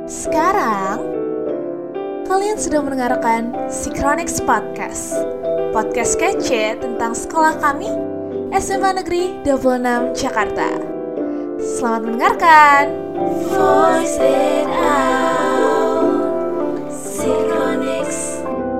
Sekarang, kalian sudah mendengarkan Synchronics Podcast. Podcast kece tentang sekolah kami, SMA Negeri 26 Jakarta. Selamat mendengarkan. Voice it out. Synchronics.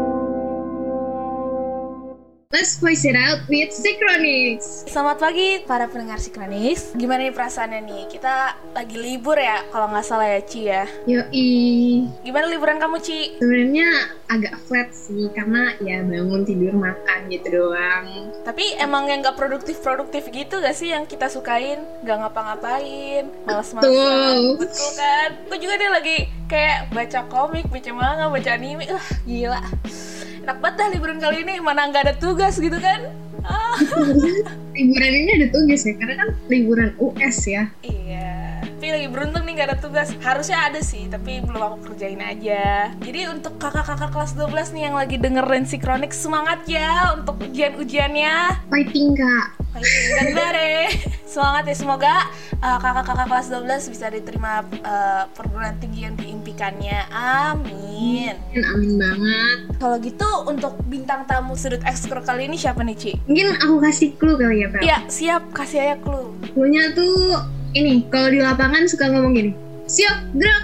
Let's voice it out with Synchronics. Selamat pagi para pendengar Synchronics. Gimana nih perasaannya nih? Kita lagi libur ya, kalau nggak salah ya Ci ya. Yoi. Gimana liburan kamu Ci? Sebenarnya agak flat sih, karena ya bangun tidur makan gitu doang. Tapi emang yang nggak produktif gitu gak sih yang kita sukain? Nggak ngapa-ngapain, malas-malasan. Betul kan? Aku juga nih lagi kayak baca komik, baca manga, baca anime. Gila. Enak banget dah liburan kali ini, mana nggak ada tugas gitu kan? Liburan ini ada tugas ya, karena kan liburan US ya. Iya, tapi lagi beruntung nih gak ada tugas. Harusnya ada sih, tapi belum aku kerjain aja. Jadi untuk kakak-kakak kelas 12 nih yang lagi dengerin Synchronics, semangat ya untuk ujian-ujiannya. Fighting Kak. Fighting bare. Semangat ya, semoga kakak-kakak kelas 12 bisa diterima perguruan tinggi yang diimpikannya. Amin. Amin banget. Kalau gitu untuk bintang tamu sudut ekskul kali ini siapa nih Ci? Mungkin aku kasih clue kali ya Pel. Iya siap, kasih aja clue. Cluenya tuh ini, kalau di lapangan suka ngomong gini, siap gerak.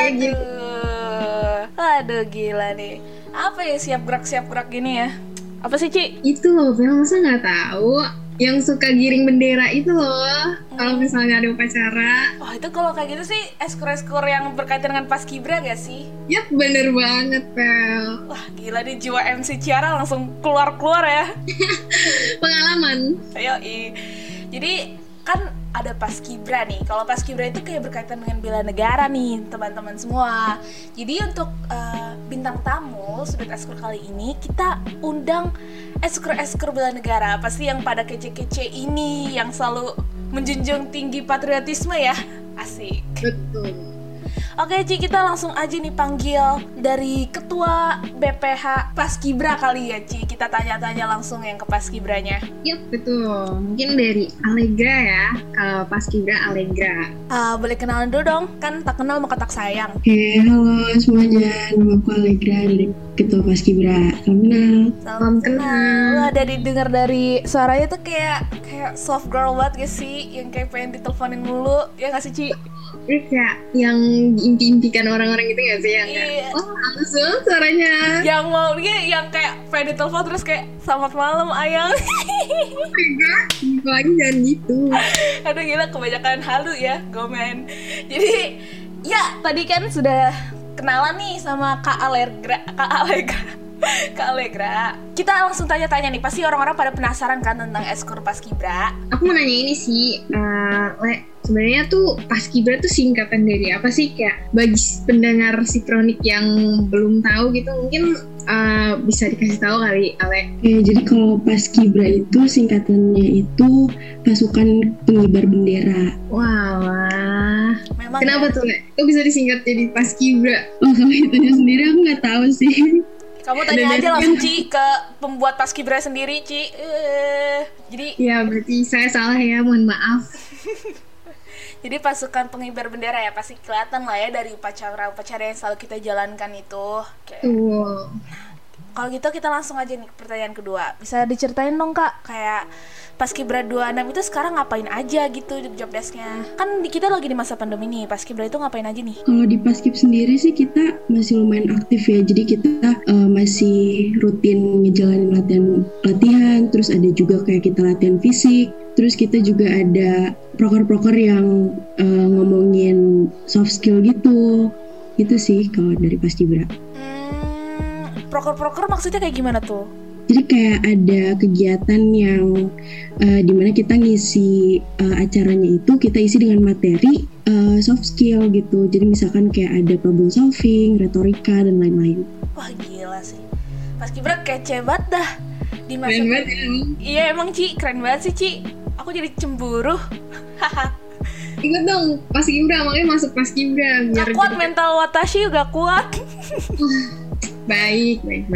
Waduh gila nih. Apa ya siap gerak gini ya? Apa sih Ci? Itu loh Pel, masa nggak tahu? Yang suka giring bendera itu loh, kalau misalnya ada upacara. Oh itu kalau kayak gitu sih eskul yang berkaitan dengan paskibra gak sih? Yap, bener banget Pel. Wah gila nih, jiwa MC Ciara langsung keluar ya. Pengalaman. Yoi. Jadi kan ada paskibra nih. Kalau paskibra itu kayak berkaitan dengan bela negara nih teman-teman semua. Jadi untuk bintang tamu sudut ekskul kali ini kita undang ekskul bela negara. Pasti yang pada kece-kece ini, yang selalu menjunjung tinggi patriotisme ya. Asik. Betul. Oke Ci, kita langsung aja nih panggil dari ketua BPH Paskibra kali ya Ci. Kita tanya-tanya langsung yang ke Paskibranya. Yap, betul. Mungkin dari Allegra ya. Kalau Paskibra Allegra. Boleh kenalan dulu dong, kan tak kenal maka tak sayang. Oke, halo semuanya. Nama aku Allegra dari Ketua Paskibra. Salam kenal. Salam kenal. Wah, dari dengar dari suaranya tuh kayak soft girl banget gak sih? Yang kayak pengen diteleponin mulu. Ya gak sih Ci? Ini kayak yang diimpi-impikan orang-orang gitu gak sih? Yang kayak, Iya. oh halus banget suaranya. Yang mau dia yang kayak pengen ditelepon terus kayak selamat malam ayang. Enggak, lagi jangan gitu. Aduh gila, kebanyakan halu ya, gomen. Jadi ya tadi kan sudah kenalan nih sama Kak Allegra. Kita langsung tanya-tanya nih, pasti orang-orang pada penasaran kan tentang ekskul Paskibra. Aku mau nanya ini sih, Le, sebenarnya tuh Paskibra tuh singkatan dari apa sih? Kayak bagi pendengar Synchronics yang belum tahu gitu, mungkin bisa dikasih tahu kali, Ale. Oke, jadi kalau Paskibra itu singkatannya itu pasukan pengibar bendera. Wah, Memang kenapa ya, tuh, Le? Kok bisa disingkat jadi Paskibra? Oh, kalau itunya sendiri aku nggak tahu sih. kamu tanya aja langsung Ci ke pembuat Paskibra sendiri Ci. Jadi Ya, berarti saya salah ya, mohon maaf. Jadi pasukan pengibar bendera ya, pasti kelihatan lah ya dari upacara yang selalu kita jalankan itu. Tuh. Kalau gitu kita langsung aja nih ke pertanyaan kedua. Bisa diceritain dong Kak, kayak Paskibra 26 itu sekarang ngapain aja gitu job desk-nya? Kan kita lagi di masa pandemi nih, Paskibra itu ngapain aja nih? Kalau di Paskib sendiri sih kita masih lumayan aktif ya. Jadi kita masih rutin ngejalanin latihan, terus ada juga kayak kita latihan fisik. Terus kita juga ada proker-proker yang ngomongin soft skill gitu. Itu sih kalau dari Paskibra. Proker-proker maksudnya kayak gimana tuh? Jadi kayak ada kegiatan yang dimana kita ngisi acaranya itu kita isi dengan materi soft skill gitu. Jadi misalkan kayak ada problem solving, retorika dan lain-lain. Wah gila sih, Paskibra kece banget dah di masa. Keren banget ya. Iya emang Ci, keren banget sih Ci. Aku jadi cemburu. Ikut dong Paskibra, makanya masuk Paskibra. Gak kuat mental Watashi, gak kuat. Baik.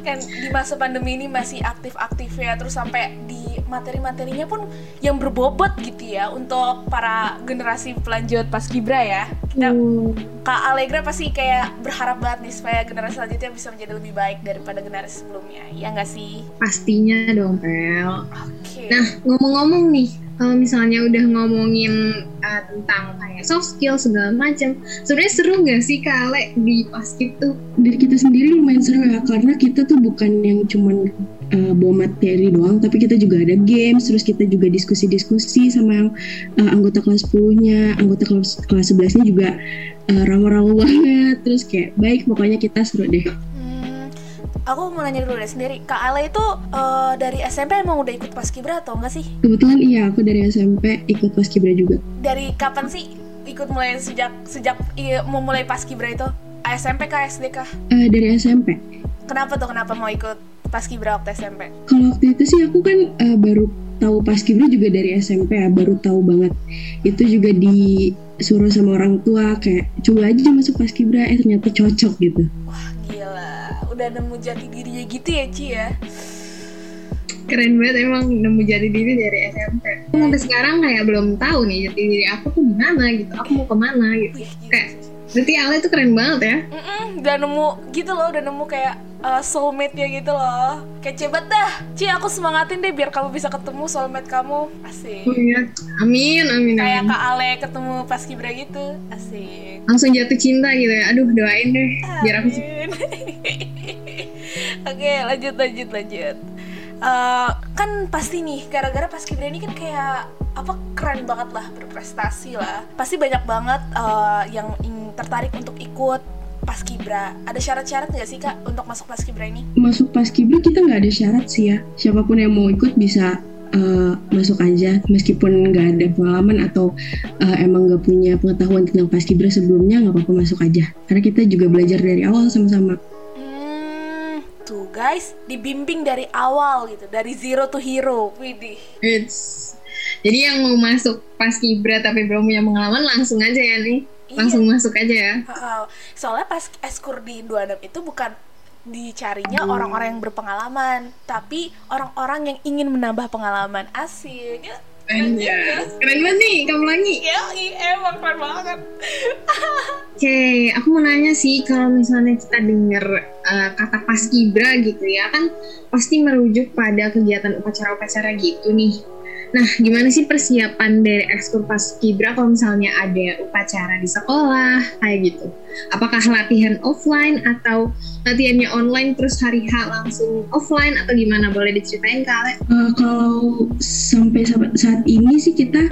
kan di masa pandemi ini masih aktif-aktifnya, terus sampai di materi-materinya pun yang berbobot gitu ya untuk para generasi pelanjut paskibra ya. Kita Kak Allegra pasti kayak berharap banget nih supaya generasi selanjutnya bisa menjadi lebih baik daripada generasi sebelumnya, ya nggak sih? Pastinya dong, Pel. Oke. Nah, ngomong-ngomong nih, kalau misalnya udah ngomongin tentang kayak soft skill segala macam, sebenarnya seru nggak sih Kak Ale di Paskib tuh? Dari kita sendiri lumayan seru ya, karena kita tuh bukan yang cuman bawa materi doang, tapi kita juga ada games, terus kita juga diskusi-diskusi sama yang anggota kelas 10-nya, anggota kelas 11-nya juga ramah-ramah banget, terus kayak baik, pokoknya kita seru deh. Aku mau nanya dulu deh sendiri, Kak Ale itu dari SMP emang udah ikut Paskibra atau enggak sih? Kebetulan iya, aku dari SMP ikut Paskibra juga. Dari kapan sih ikut mulai sejak mau mulai Paskibra itu? SMP kah, SD kah? Dari SMP. Kenapa mau ikut Paskibra waktu SMP? Kalau waktu itu sih aku kan baru tahu Paskibra juga dari SMP ya, baru tahu banget. Itu juga disuruh sama orang tua kayak coba aja masuk Paskibra, ternyata cocok gitu. Wah gila, udah nemu jati dirinya gitu ya Ci ya? Keren banget emang nemu jati diri dari SMP. Sampai sekarang kayak belum tahu nih jati diri aku tuh gimana gitu, aku mau kemana gitu. Kayak berarti Ale tuh keren banget ya. Udah nemu gitu loh, udah nemu kayak soulmate-nya gitu loh. Kayak cebat dah, Ci aku semangatin deh biar kamu bisa ketemu soulmate kamu. Asik. Oh iya, amin. Kayak Kak Ale ketemu Paskibra gitu, asik. Langsung jatuh cinta gitu ya, aduh doain deh biar aku Oke, lanjut. Kan pasti nih gara-gara Paskibra ini kan kayak keren banget lah, berprestasi lah. Pasti banyak banget yang tertarik untuk ikut Paskibra. Ada syarat-syarat nggak sih Kak untuk masuk Paskibra ini? Masuk Paskibra kita nggak ada syarat sih ya. Siapapun yang mau ikut bisa masuk aja, meskipun nggak ada pengalaman atau emang nggak punya pengetahuan tentang Paskibra sebelumnya, nggak apa-apa masuk aja. Karena kita juga belajar dari awal sama-sama. Tuh guys, dibimbing dari awal gitu, dari zero to hero. Widih. Jadi yang mau masuk Paskibra tapi belum punya pengalaman langsung aja ya nih. Langsung masuk aja ya. Soalnya pas eskur di 26 itu bukan dicarinya orang-orang yang berpengalaman, tapi orang-orang yang ingin menambah pengalaman. Asik. Keren banget nih kamu lagi. Emang keren banget. Oke, aku mau nanya sih, kalau misalnya kita dengar kata Paskibra gitu ya, kan pasti merujuk pada kegiatan upacara-upacara gitu nih. Nah, gimana sih persiapan dari ekskur Paskibra kalau misalnya ada upacara di sekolah kayak gitu? Apakah latihan offline atau latihannya online terus hari H langsung offline atau gimana? Boleh diceritain Kak Ale? Kalau sampai saat ini sih kita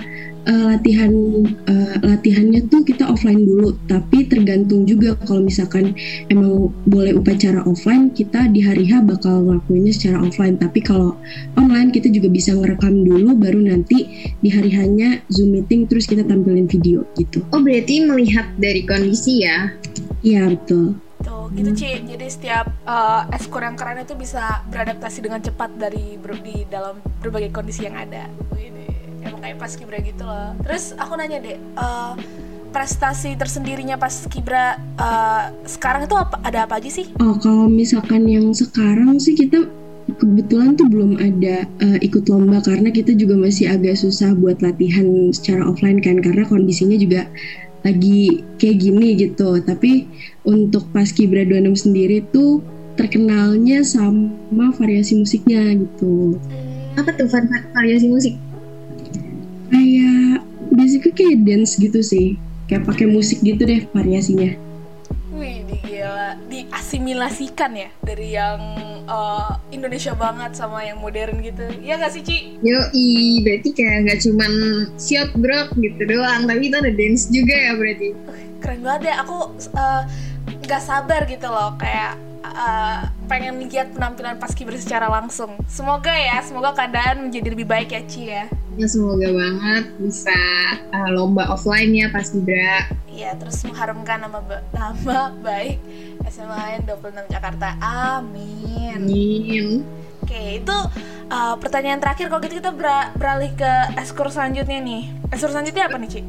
latihannya tuh kita offline dulu, tapi tergantung juga kalau misalkan emang boleh upacara offline, kita di hari H bakal ngelakuinnya secara offline. Tapi kalau online kita juga bisa ngerekam dulu, baru nanti di hari H-nya Zoom meeting terus kita tampilin video gitu. Oh berarti melihat dari kondisi ya? Iya betul. Tuh gitu Ci, jadi setiap eskur yang keren itu bisa beradaptasi dengan cepat di dalam berbagai kondisi yang ada. Emang kayak Paskibra gitu loh. Terus aku nanya deh, prestasi tersendirinya Paskibra sekarang itu ada apa aja sih? Oh kalau misalkan yang sekarang sih kita kebetulan tuh belum ada ikut lomba, karena kita juga masih agak susah buat latihan secara offline kan, karena kondisinya juga lagi kayak gini gitu. Tapi untuk Paskibra 26 sendiri tuh terkenalnya sama variasi musiknya gitu. Apa tuh variasi musik? Kayak basically kayak dance gitu sih, kayak pakai musik gitu deh variasinya. Wih, gila, diasimilasikan ya dari yang Indonesia banget sama yang modern gitu. Iya nggak sih Ci? Yoi, berarti kayak nggak cuman shot brok gitu doang, tapi itu ada dance juga ya berarti. Keren banget ya, aku nggak sabar gitu loh, kayak pengen lihat penampilan Paskibra secara langsung. Semoga keadaan menjadi lebih baik ya Ci ya. Ya semoga banget bisa lomba offline ya Paskibra. Iya, terus mengharumkan nama baik SMAN 26 Jakarta. Amin. Oke, itu pertanyaan terakhir. Kalau gitu kita beralih ke ekskur selanjutnya nih. Ekskur selanjutnya apa nih Ci?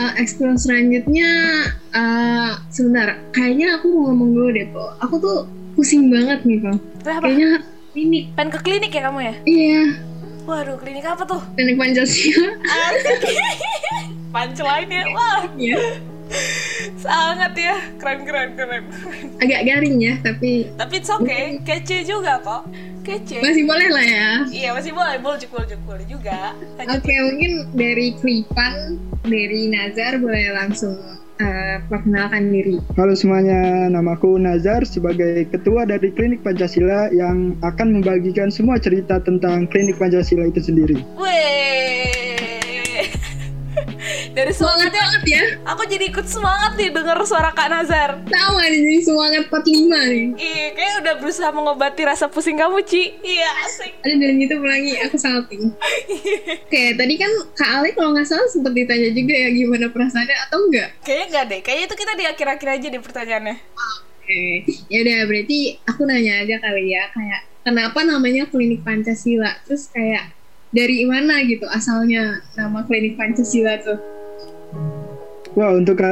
Ekskur selanjutnya sebentar, kayaknya aku mau ngomong dulu deh Po. Aku tuh pusing banget nih kok. Kenapa? Kayaknya klinik. Pengen ke klinik ya kamu ya? Iya, Waduh, klinik apa tuh? klinik Pancasila. Asik. Punchline ya, wah Iya. sangat ya, keren. Agak garing ya, tapi Tapi it's okay, kece juga kok, kece. masih boleh lah ya. Iya masih boleh, boleh juga. Lanjut. Oke, mungkin dari Klipan, dari Nazar boleh langsung perkenalkan diri. Halo semuanya, namaku Nazar sebagai ketua dari Klinik Pancasila yang akan membagikan semua cerita tentang Klinik Pancasila itu sendiri. Weh, dari Semangat semangatnya banget ya. aku jadi ikut semangat nih denger suara Kak Nazar. Tahu gak nih, jadi semangat 45 nih. Iya, kayak udah berusaha mengobati rasa pusing kamu, Ci. Iya, asik. Ada dan gitu lagi aku salting. Oke, tadi kan Kak Ale kalau nggak salah sempat ditanya juga ya gimana perasaannya atau enggak? Kayaknya enggak deh, kayaknya itu kita di akhir-akhir aja deh pertanyaannya. Oke, ya udah berarti aku nanya aja kali ya, kayak kenapa namanya Klinik Pancasila? Terus kayak dari mana gitu asalnya nama Klinik Pancasila tuh? Wah,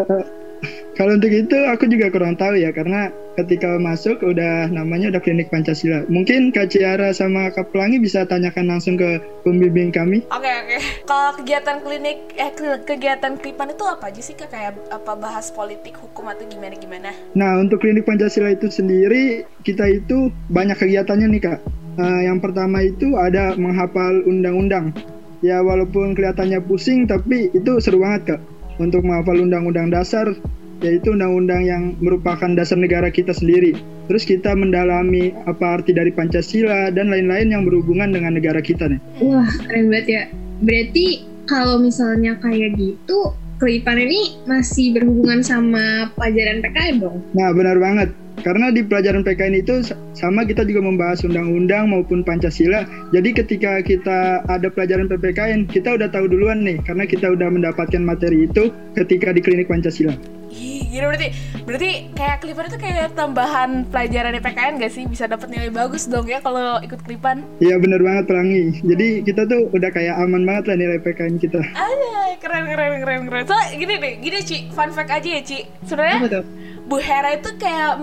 kalau untuk itu aku juga kurang tahu ya, karena ketika masuk udah namanya udah Klinik Pancasila. Mungkin Kak Ciara sama Kak Pelangi bisa tanyakan langsung ke pembimbing kami. Oke. Kalau kegiatan kegiatan Klipan itu apa aja sih Kak? Kayak apa, bahas politik, hukum atau gimana? Nah, untuk Klinik Pancasila itu sendiri, kita itu banyak kegiatannya nih Kak. Yang pertama itu ada menghafal undang-undang. Ya walaupun kelihatannya pusing, tapi itu seru banget Kak. Untuk menghafal undang-undang dasar, yaitu undang-undang yang merupakan dasar negara kita sendiri. Terus kita mendalami apa arti dari Pancasila dan lain-lain yang berhubungan dengan negara kita nih. Wah, keren banget ya. Berarti kalau misalnya kayak gitu, Klipan ini masih berhubungan sama pelajaran PKN dong? Nah, benar banget. Karena di pelajaran PKN itu sama kita juga membahas undang-undang maupun Pancasila. Jadi ketika kita ada pelajaran PPKN, kita udah tahu duluan nih, karena kita udah mendapatkan materi itu ketika di Klinik Pancasila. Ih, gila berarti kayak Klipan itu kayak tambahan pelajaran PKN gak sih? Bisa dapat nilai bagus dong ya kalau ikut Klipan. Iya benar banget Pelangi. Jadi kita tuh udah kayak aman banget lah nilai PKN kita. Aduh, keren. So gini Ci, fun fact aja ya Ci. Sebenarnya Apa tuh? Bu Hera itu kayak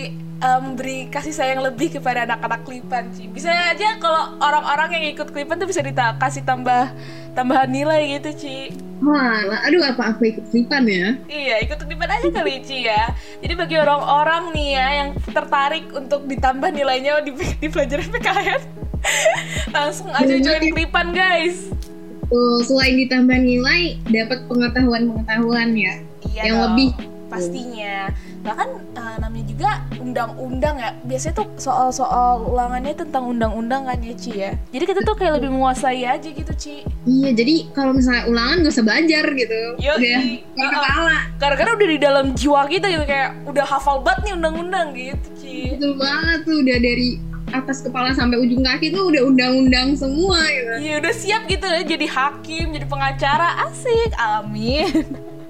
memberi kasih sayang lebih kepada anak-anak Klipan, Ci. Bisa aja kalau orang-orang yang ikut Klipan tuh bisa kasih tambahan nilai gitu, Ci. Wah, aduh apa aku ikut Klipan ya? Iya, ikut Klipan aja kali, Ci ya. Jadi bagi orang-orang nih ya yang tertarik untuk ditambah nilainya di pelajaran PKN, langsung aja join Klipan, guys. Tuh, selain ditambah nilai, dapat pengetahuan ya. Iya yang dong, lebih pastinya. Bahkan namanya juga undang-undang ya. Biasanya tuh soal-soal ulangannya tentang undang-undang kan ya, Ci ya. Jadi kita tuh kayak lebih menguasai aja gitu, Ci. Iya, jadi kalau misalnya ulangan gak usah belajar gitu. Udah di kepala. Karena udah di dalam jiwa kita gitu, kayak udah hafal banget nih undang-undang gitu, Ci. Betul banget tuh, udah dari atas kepala sampai ujung kaki tuh udah undang-undang semua gitu. Iya, udah siap gitu ya jadi hakim, jadi pengacara. Asik. Amin.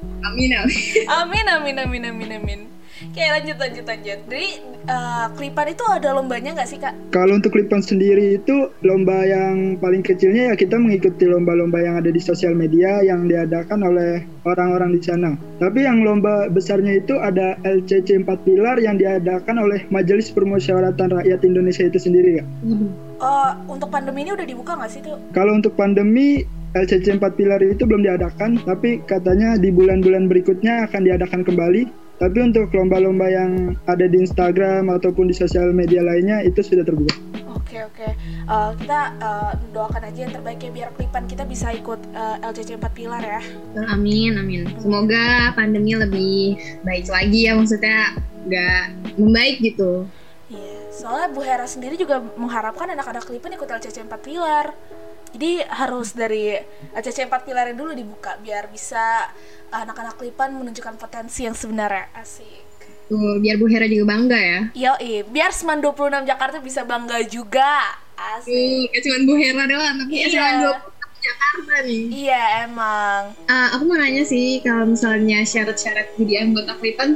Amin. Kayak lanjut. Jadi Klipan itu ada lombanya nggak sih Kak? Kalau untuk Klipan sendiri itu lomba yang paling kecilnya ya kita mengikuti lomba-lomba yang ada di sosial media yang diadakan oleh orang-orang di sana. Tapi yang lomba besarnya itu ada LCC 4 Pilar yang diadakan oleh Majelis Permusyawaratan Rakyat Indonesia itu sendiri Kak. Untuk pandemi ini udah dibuka nggak sih tuh? Kalau untuk pandemi LCC 4 Pilar itu belum diadakan, tapi katanya di bulan-bulan berikutnya akan diadakan kembali. Tapi untuk lomba-lomba yang ada di Instagram ataupun di sosial media lainnya itu sudah terbuka. Oke. Kita doakan aja yang terbaik ya biar Klipan kita bisa ikut LCC 4 Pilar ya. Amin. Semoga pandemi lebih baik lagi ya, maksudnya nggak membaik gitu. Iya, soalnya Bu Hera sendiri juga mengharapkan anak-anak Klipan ikut LCC 4 Pilar. Jadi harus dari LCC 4 Pilar dulu dibuka biar bisa anak-anak Klipan menunjukkan potensi yang sebenarnya. Asik. Tuh, biar Bu Hera juga bangga ya. Yoi, biar SMAN 26 Jakarta bisa bangga juga. Asik. Kayak cuma Bu Hera doang, tapi Iya. cuma 26 Jakarta nih. Iya emang. Aku mau nanya sih, kalau misalnya syarat-syarat jadi anggota Klipan tuh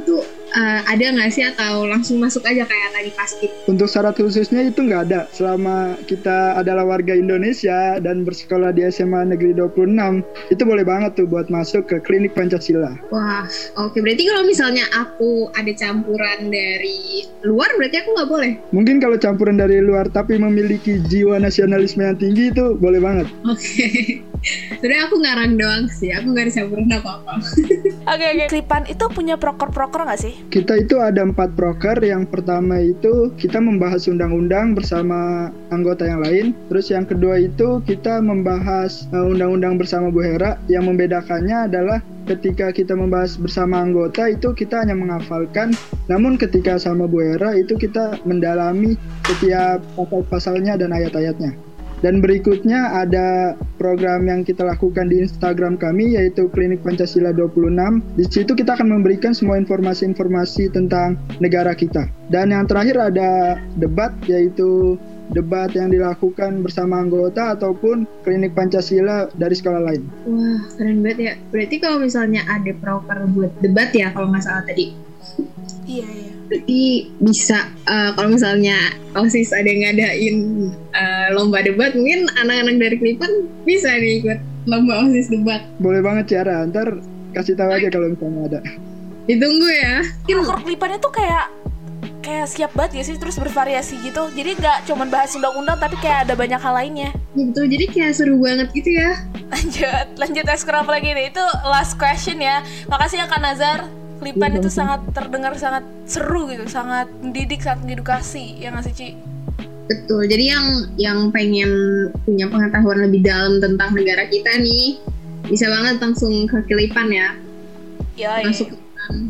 ada nggak sih atau langsung masuk aja kayak tadi paskib? Untuk syarat khususnya itu nggak ada. Selama kita adalah warga Indonesia dan bersekolah di SMA Negeri 26, itu boleh banget tuh buat masuk ke Klinik Pancasila. Wah, oke. Berarti kalau misalnya aku ada campuran dari luar, berarti aku nggak boleh? Mungkin kalau campuran dari luar tapi memiliki jiwa nasionalisme yang tinggi itu boleh banget. Oke. Sebenarnya aku ngarang doang sih, aku nggak dicampurin apa-apa. Oke. Klipan itu punya proker-proker nggak sih? Kita itu ada 4 proker. Yang pertama itu kita membahas undang-undang bersama anggota yang lain. Terus yang kedua itu kita membahas undang-undang bersama Bu Hera. Yang membedakannya adalah ketika kita membahas bersama anggota itu kita hanya menghafalkan. Namun ketika sama Bu Hera itu kita mendalami setiap pasal-pasalnya dan ayat-ayatnya. Dan berikutnya ada program yang kita lakukan di Instagram kami, yaitu Klinik Pancasila 26. Di situ kita akan memberikan semua informasi-informasi tentang negara kita. Dan yang terakhir ada debat, yaitu debat yang dilakukan bersama anggota ataupun Klinik Pancasila dari sekolah lain. Wah, keren banget ya. Berarti kalau misalnya ada proker buat debat ya, kalau nggak salah tadi. Iya. Berarti bisa kalau misalnya OSIS ada yang ngadain lomba debat, mungkin anak-anak dari Klipan bisa nih ikut lomba OSIS debat. Boleh banget Ciara, ntar kasih tahu aja kalau misalnya ada. Ditunggu ya. Proker Klipannya tuh kayak siap banget ya sih, terus bervariasi gitu. Jadi nggak cuma bahas undang-undang tapi kayak ada banyak hal lainnya. Ya, betul, jadi kayak seru banget gitu ya. Lanjut Eskur apa lagi nih? Itu last question ya. Makasih ya Kak Nazar. Klipan itu sangat terdengar sangat seru gitu, sangat mendidik, sangat mengedukasi, ya nggak sih Ci? Betul, jadi yang pengen punya pengetahuan lebih dalam tentang negara kita nih, bisa banget langsung ke Klipan ya. Masuk Klipan.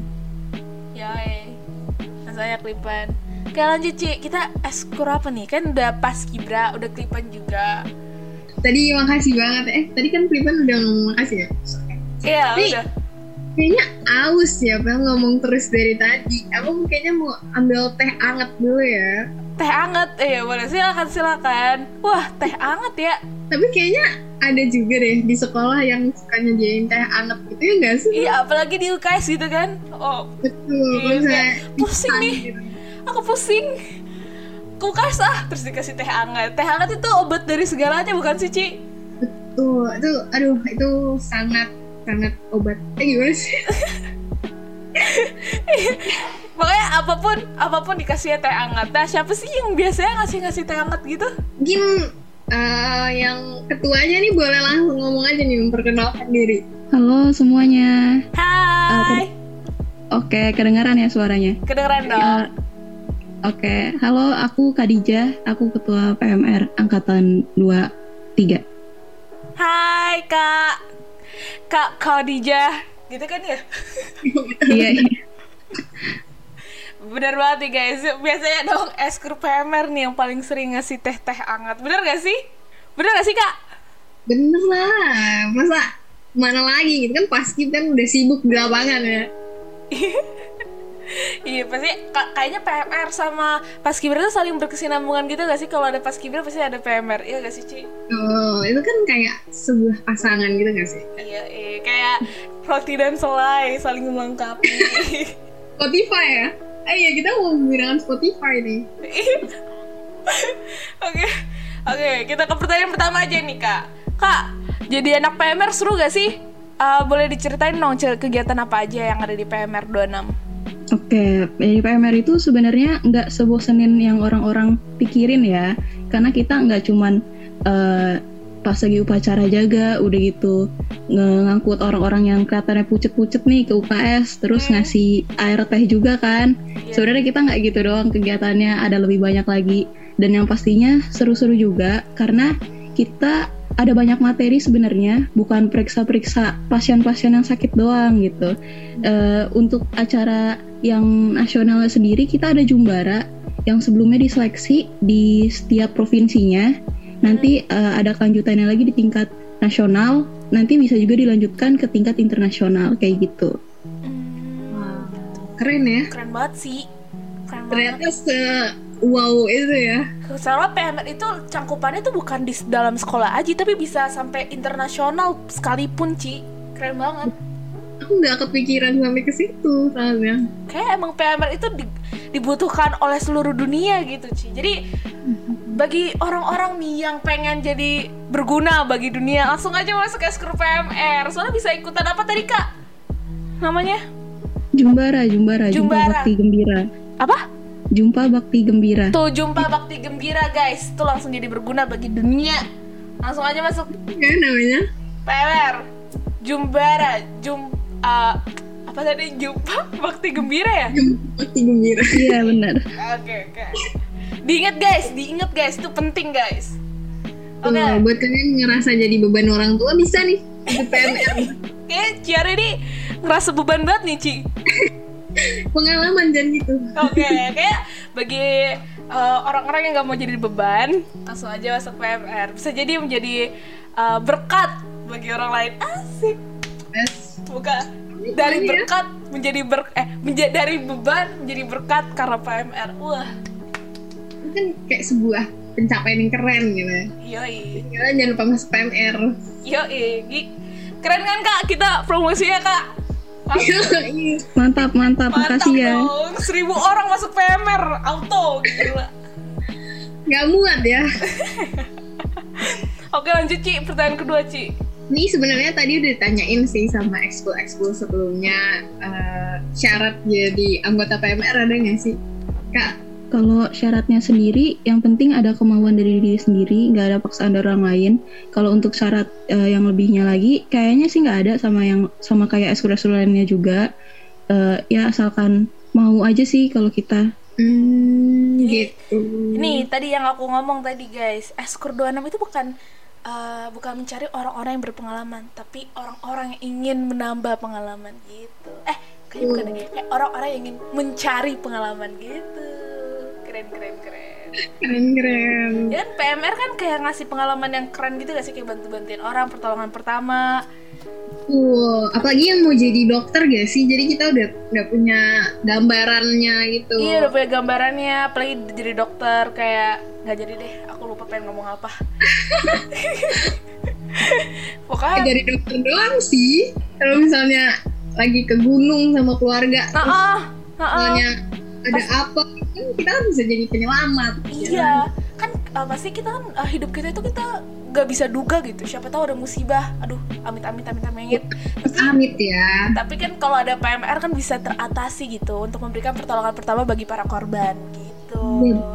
Saya Klipan. Oke lanjut Ci, kita eskur apa nih? Kan udah Paskibra, udah Klipan juga. Tadi makasih banget, tadi kan Klipan udah ngomong makasih ya? Iya udah. Kayaknya aus ya, Bang, ngomong terus dari tadi. Aku kayaknya mau ambil teh anget dulu ya. Teh anget? Boleh, silakan. Wah, teh anget ya. Tapi kayaknya ada juga deh di sekolah yang suka nyediain teh anget gitu ya nggak sih? Iya, apalagi di UKS gitu kan. Oh, betul. Iya, pusing nih. Gitu. Aku pusing. UKS terus dikasih teh anget. Teh anget itu obat dari segalanya bukan sih, Ci? Betul. Itu sangat obat. Gimana sih? Makanya apapun dikasih teh hangat. Nah, siapa sih yang biasanya ngasih teh hangat gitu? Mungkin yang ketuanya nih boleh langsung ngomong aja nih, memperkenalkan diri. Halo semuanya. Hai. Oke, kedengaran ya suaranya? Kedengaran dong. Oke, halo, aku Khadijah, aku ketua PMR angkatan 23. Hai Kak Khadijah, gitu kan ya? Iya. Bener banget nih guys, biasanya dong eskur PMR nih yang paling sering ngasih teh hangat. Bener gak sih Kak? Bener lah, masa mana lagi gitu kan, Paskib kan udah sibuk di lapangan ya. Iya pasti kayaknya PMR sama Paskibra tuh saling berkesinambungan gitu gak sih? Kalau ada Paskibra pasti ada PMR, iya gak sih Ci? Oh, itu kan kayak sebuah pasangan gitu gak sih? Iya, kayak roti dan selai saling melengkapi. Spotify ya? Iya, kita mau menggunakan Spotify nih. Oke, kita ke pertanyaan pertama aja nih Kak. Kak, jadi anak PMR seru gak sih? Boleh diceritain dong kegiatan apa aja yang ada di PMR 26? Oke, di PMR itu sebenarnya nggak sebosenin yang orang-orang pikirin ya, karena kita nggak cuman pas lagi upacara jaga, udah gitu ngangkut orang-orang yang kelihatannya pucet-pucet nih ke UKS, terus ngasih air teh juga kan. Sebenarnya kita nggak gitu doang kegiatannya, ada lebih banyak lagi, dan yang pastinya seru-seru juga karena kita ada banyak materi sebenarnya, bukan periksa-periksa pasien-pasien yang sakit doang gitu. Untuk acara yang nasionalnya sendiri kita ada jumbara yang sebelumnya diseleksi di setiap provinsinya. Nanti ada kelanjutannya lagi di tingkat nasional, nanti bisa juga dilanjutkan ke tingkat internasional kayak gitu. Wow, keren ya? Keren banget sih. Ternyata wow itu ya. Soalnya PMR itu cangkupannya tuh bukan di dalam sekolah aja, tapi bisa sampai internasional sekalipun, Ci. Keren banget. aku nggak kepikiran sampai ke situ soalnya. Kayak emang PMR itu dibutuhkan oleh seluruh dunia gitu, Ci. Jadi bagi orang-orang nih yang pengen jadi berguna bagi dunia, langsung aja masuk Eskul PMR. Soalnya bisa ikutan apa tadi, Kak? Namanya? Jumbara. Jumpa Jumbara. Bakti Gembira. Apa? Jumpa Bakti Gembira. Tuh, Jumpa Bakti Gembira, guys. Tuh langsung jadi berguna bagi dunia. Langsung aja masuk Ya namanya. PMR. Jumbara. Apa tadi? Jumpa Bakti Gembira ya? Bakti Gembira. Iya benar. Oke. Diingat guys, itu penting guys. Oke. Buat kalian ngerasa jadi beban orang tua bisa nih ikut PMR. Kayak Ciara ini ngerasa beban banget nih, Ci. Pengalaman dan gitu. Oke, kayak bagi orang-orang yang nggak mau jadi beban, langsung aja masuk PMR. Bisa jadi menjadi berkat bagi orang lain. Asik. Yes. Bukan dari berkat menjadi dari beban menjadi berkat karena PMR. Wah. Kan kayak sebuah pencapaian yang keren gitu. Yoi. Kalian jangan lupa masuk PMR. Yoi. Keren kan, Kak? Kita promosinya, Kak. Mantap, makasih ya. Dong. 1.000 orang masuk PMR auto, gila. Gak muat ya. Oke, lanjut, Ci. Pertanyaan kedua, Ci. Ini sebenarnya tadi udah ditanyain sih sama ekskul sebelumnya, syarat jadi anggota PMR ada nggak sih, Kak? Kalau syaratnya sendiri, yang penting ada kemauan dari diri sendiri, nggak ada paksaan dari orang lain. Kalau untuk syarat yang lebihnya lagi, kayaknya sih nggak ada sama kayak ekskul lainnya juga. Ya asalkan mau aja sih kalau kita. Gitu. Ini tadi yang aku ngomong tadi, guys. Eskul 26 itu bukan mencari orang-orang yang berpengalaman, tapi orang-orang yang ingin menambah pengalaman gitu. Kayaknya bukan deh. Kayak orang-orang yang ingin mencari pengalaman gitu. Keren. Ya kan PMR kan kayak ngasih pengalaman yang keren gitu gak sih, kayak bantu-bantuin orang, pertolongan pertama. Apalagi yang mau jadi dokter gak sih? Jadi kita udah punya gambarannya gitu. Iya, udah punya gambarannya, apalagi jadi dokter kayak nggak jadi deh, aku lupa pengen ngomong apa. Pokoknya Jadi dokter doang sih. Kalau misalnya lagi ke gunung sama keluarga, misalnya ada apa, kan kita kan bisa jadi penyelamat. Iya, kan pasti kita kan hidup kita itu kita nggak bisa duga gitu. Siapa tahu ada musibah, aduh, amit. Amit ya. Tapi kan kalau ada PMR kan bisa teratasi gitu untuk memberikan pertolongan pertama bagi para korban gitu.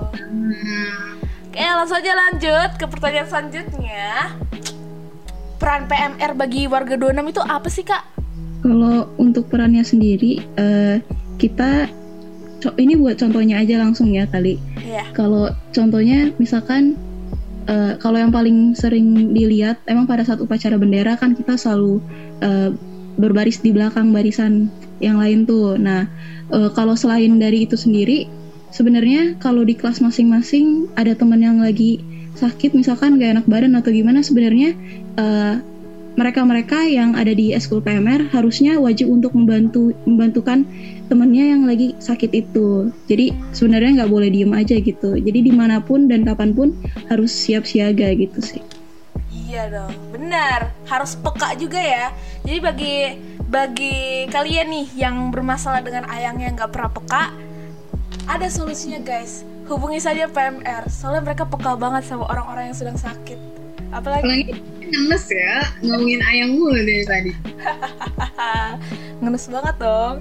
Oke, langsung aja lanjut ke pertanyaan selanjutnya. Peran PMR bagi warga 26 itu apa sih, Kak? Kalau untuk perannya sendiri, kita ini buat contohnya aja langsung ya kali. Iya. Kalau contohnya misalkan kalau yang paling sering dilihat emang pada saat upacara bendera kan kita selalu berbaris di belakang barisan yang lain tuh. Nah, kalau selain dari itu sendiri, sebenarnya kalau di kelas masing-masing ada teman yang lagi sakit misalkan gak enak badan atau gimana, sebenarnya mereka-mereka yang ada di eskul PMR harusnya wajib untuk membantukan temannya yang lagi sakit itu. Jadi sebenarnya nggak boleh diem aja gitu. Jadi dimanapun dan kapanpun harus siap siaga gitu sih. Iya dong, benar. Harus peka juga ya. Jadi bagi kalian nih yang bermasalah dengan ayangnya nggak pernah peka, ada solusinya guys. Hubungi saja PMR. Soalnya mereka peka banget sama orang-orang yang sedang sakit. Apalagi ngenes ya, ngomongin ayang mulu dari tadi. ngenes banget dong.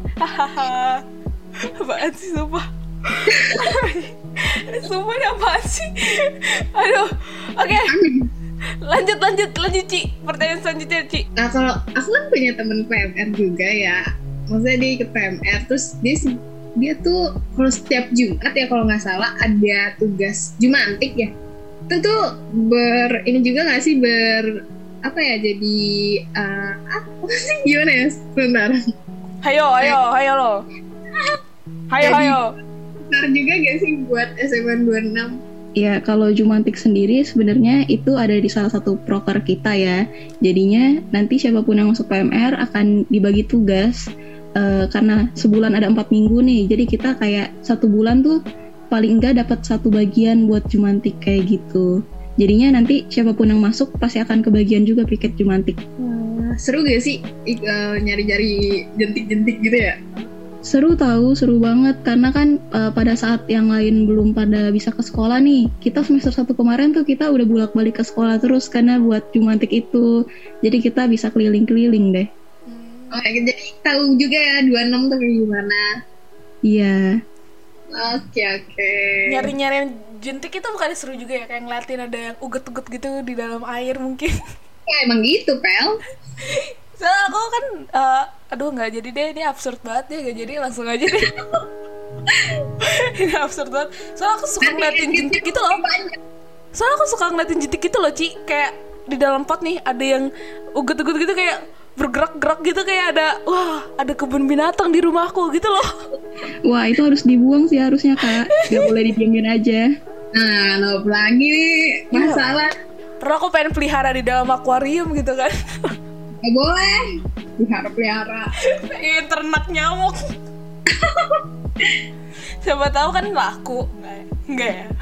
Apaan sih, sumpah. Sumpah ini apaan sih? Aduh, oke. Lanjut Ci. Pertanyaan selanjutnya, Ci. Nah, kalau aku kan punya temen PMR juga ya. Maksudnya dia ikut PMR, terus dia tuh kalau setiap Jumat ya kalau nggak salah ada tugas Jumantik ya. Itu tuh ini juga nggak sih jadi apa sih gimana ya, sebentar. Hayo lo. Hayo. Bentar juga gak sih buat SMA 26? Ya, kalau Jumantik sendiri sebenarnya itu ada di salah satu proker kita ya. Jadinya nanti siapapun yang masuk PMR akan dibagi tugas karena sebulan ada 4 minggu nih. Jadi kita kayak 1 bulan tuh paling enggak dapat 1 bagian buat Jumantik kayak gitu. Jadinya nanti siapapun yang masuk pasti akan kebagian juga piket Jumantik. Seru gak sih nyari-nyari jentik-jentik gitu ya? Seru banget karena kan pada saat yang lain belum pada bisa ke sekolah nih, kita semester 1 kemarin tuh kita udah bolak-balik ke sekolah terus karena buat jumantik itu, jadi kita bisa keliling-keliling deh. Jadi tahu juga ya 26 tuh kayak gimana. Iya. Oke. Nyari-nyari jentik itu bukan seru juga ya, kayak ngeliatin ada yang uget-uget gitu di dalam air mungkin. Ya emang gitu, Pel. Soalnya aku kan aduh nggak jadi deh, ini absurd banget ya, nggak jadi, langsung aja deh. Ini absurd banget. Soalnya aku suka ngeliatin jentik gitu loh. Ci, kayak di dalam pot nih ada yang uget-uget gitu, kayak bergerak-gerak gitu, kayak ada kebun binatang di rumahku gitu loh. Wah, itu harus dibuang sih harusnya, Kak. Gak boleh didiemin aja. Nah, lagi nih masalah. Pernah aku pengen pelihara di dalam akuarium gitu kan. Gak boleh pelihara. Pengen ternak nyamuk. Siapa tahu kan laku. Enggak ya.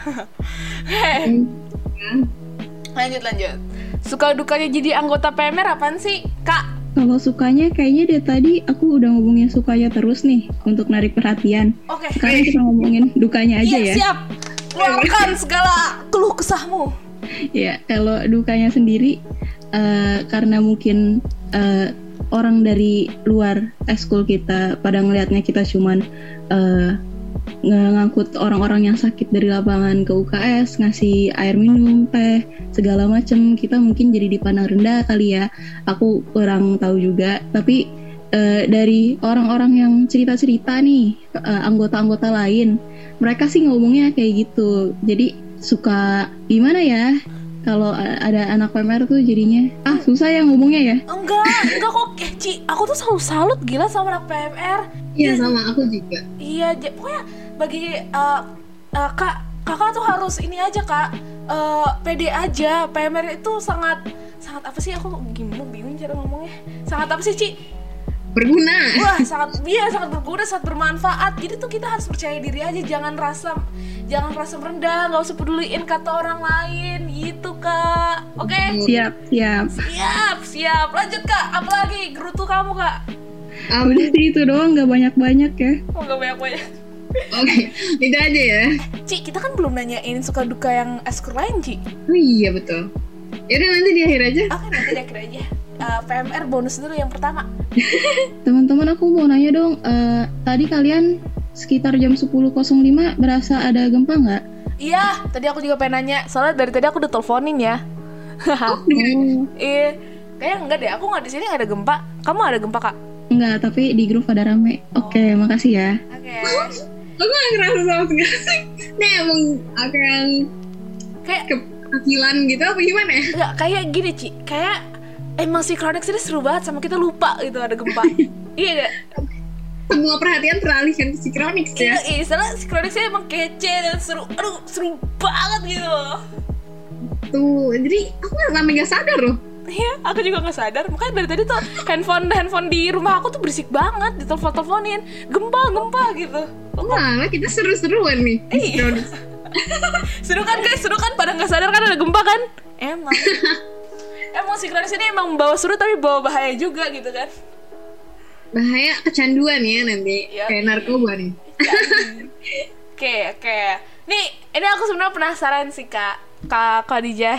Lanjut. Suka dukanya jadi anggota PMR apaan sih, Kak? Kalau sukanya kayaknya dari tadi aku udah ngomongin sukanya terus nih untuk narik perhatian. Oke. Sekarang kita ngomongin dukanya aja ya. Siap. Keluarkan segala keluh kesahmu. Ya, kalau dukanya sendiri karena mungkin orang dari luar eskul kita pada ngelihatnya kita cuman ngangkut orang-orang yang sakit dari lapangan ke UKS, ngasih air minum, teh, segala macem, kita mungkin jadi dipandang rendah kali ya. Aku kurang tahu juga, tapi dari orang-orang yang cerita-cerita nih, anggota-anggota lain, mereka sih ngomongnya kayak gitu. Jadi suka gimana ya kalau ada anak PMR tuh jadinya susah ya ngomongnya ya. Enggak kok, Ci, aku tuh selalu salut gila sama anak PMR. Iya, sama aku juga. Iya, pokoknya bagi kakak tuh harus ini aja, Kak, pede aja. PMR itu sangat apa sih, aku bingung cara ngomongnya. Sangat apa sih, Ci? Berguna. Wah, sangat berguna, sangat bermanfaat. Jadi tuh kita harus percaya diri aja, jangan rasa merendah, nggak usah peduliin kata orang lain gitu, Kak. Oke? Siap. Lanjut, Kak. Apalagi gerutu kamu, Kak? Udah sih itu doang, nggak banyak-banyak ya. Nggak banyak. Oke, itu aja ya. Ci, kita kan belum nanyain suka duka yang eskul lain, Ci. Oh iya, betul. Yaudah, nanti di akhir aja. Oke, nanti di akhir aja. PMR bonus dulu yang pertama. Teman-teman, aku mau nanya dong, tadi kalian sekitar jam 10.05 berasa ada gempa nggak? Iya, tadi aku juga pengen nanya, soalnya dari tadi aku udah teleponin ya. Iya, kayaknya enggak deh, aku nggak di sini nggak ada gempa. Kamu ada gempa, Kak? Enggak, tapi di grup ada rame. Oke, makasih ya. Oke. Aku gak ngerasa sama sekali. Nih emang aku yang kayak kekilan gitu apa gimana ya? Enggak, kayak gini, Ci. Kayak emang si Chronics ini seru banget sama kita lupa gitu ada gempa. Iya gak? Semua perhatian teralihkan ke si Chronics ya? Iya, soalnya si Chronics emang kece dan seru. Aduh, seru banget gitu. Tuh, jadi aku gak sadar loh. Iya, aku juga gak sadar. Makanya dari tadi tuh handphone di rumah aku tuh berisik banget, ditelepon-teleponin gempa gitu. Wah, kita seru-seruan nih. Iya. Seru kan guys, seru kan, pada gak sadar kan ada gempa kan? Emang si Chronics ini emang bawa seru tapi bawa bahaya juga gitu kan. Bahaya kecanduan ya nanti, ya, kayak narkoba nih. Oke. Nih, ini aku sebenarnya penasaran sih, Kak Khadijah.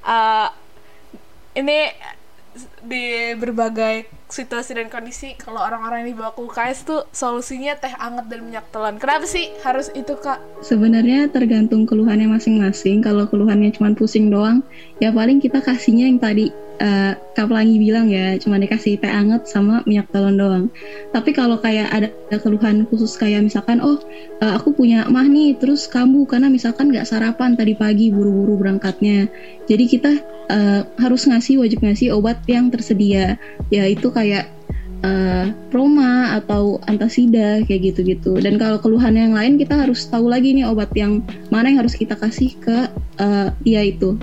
Ini di berbagai situasi dan kondisi, kalau orang-orang yang dibawa ke UKS tuh solusinya teh anget dan minyak telan. Kenapa sih harus itu, Kak? Sebenarnya tergantung keluhannya masing-masing. Kalau keluhannya cuma pusing doang, ya paling kita kasihnya yang tadi Kak Pelangi bilang ya, cuma dikasih teh anget sama minyak telon doang. Tapi kalau kayak ada keluhan khusus kayak misalkan, aku punya mah nih, terus kambuh karena misalkan nggak sarapan tadi pagi, buru-buru berangkatnya. Jadi kita wajib ngasih obat yang tersedia, yaitu kayak Proma atau Antasida kayak gitu-gitu. Dan kalau keluhan yang lain kita harus tahu lagi nih obat yang mana yang harus kita kasih ke dia itu.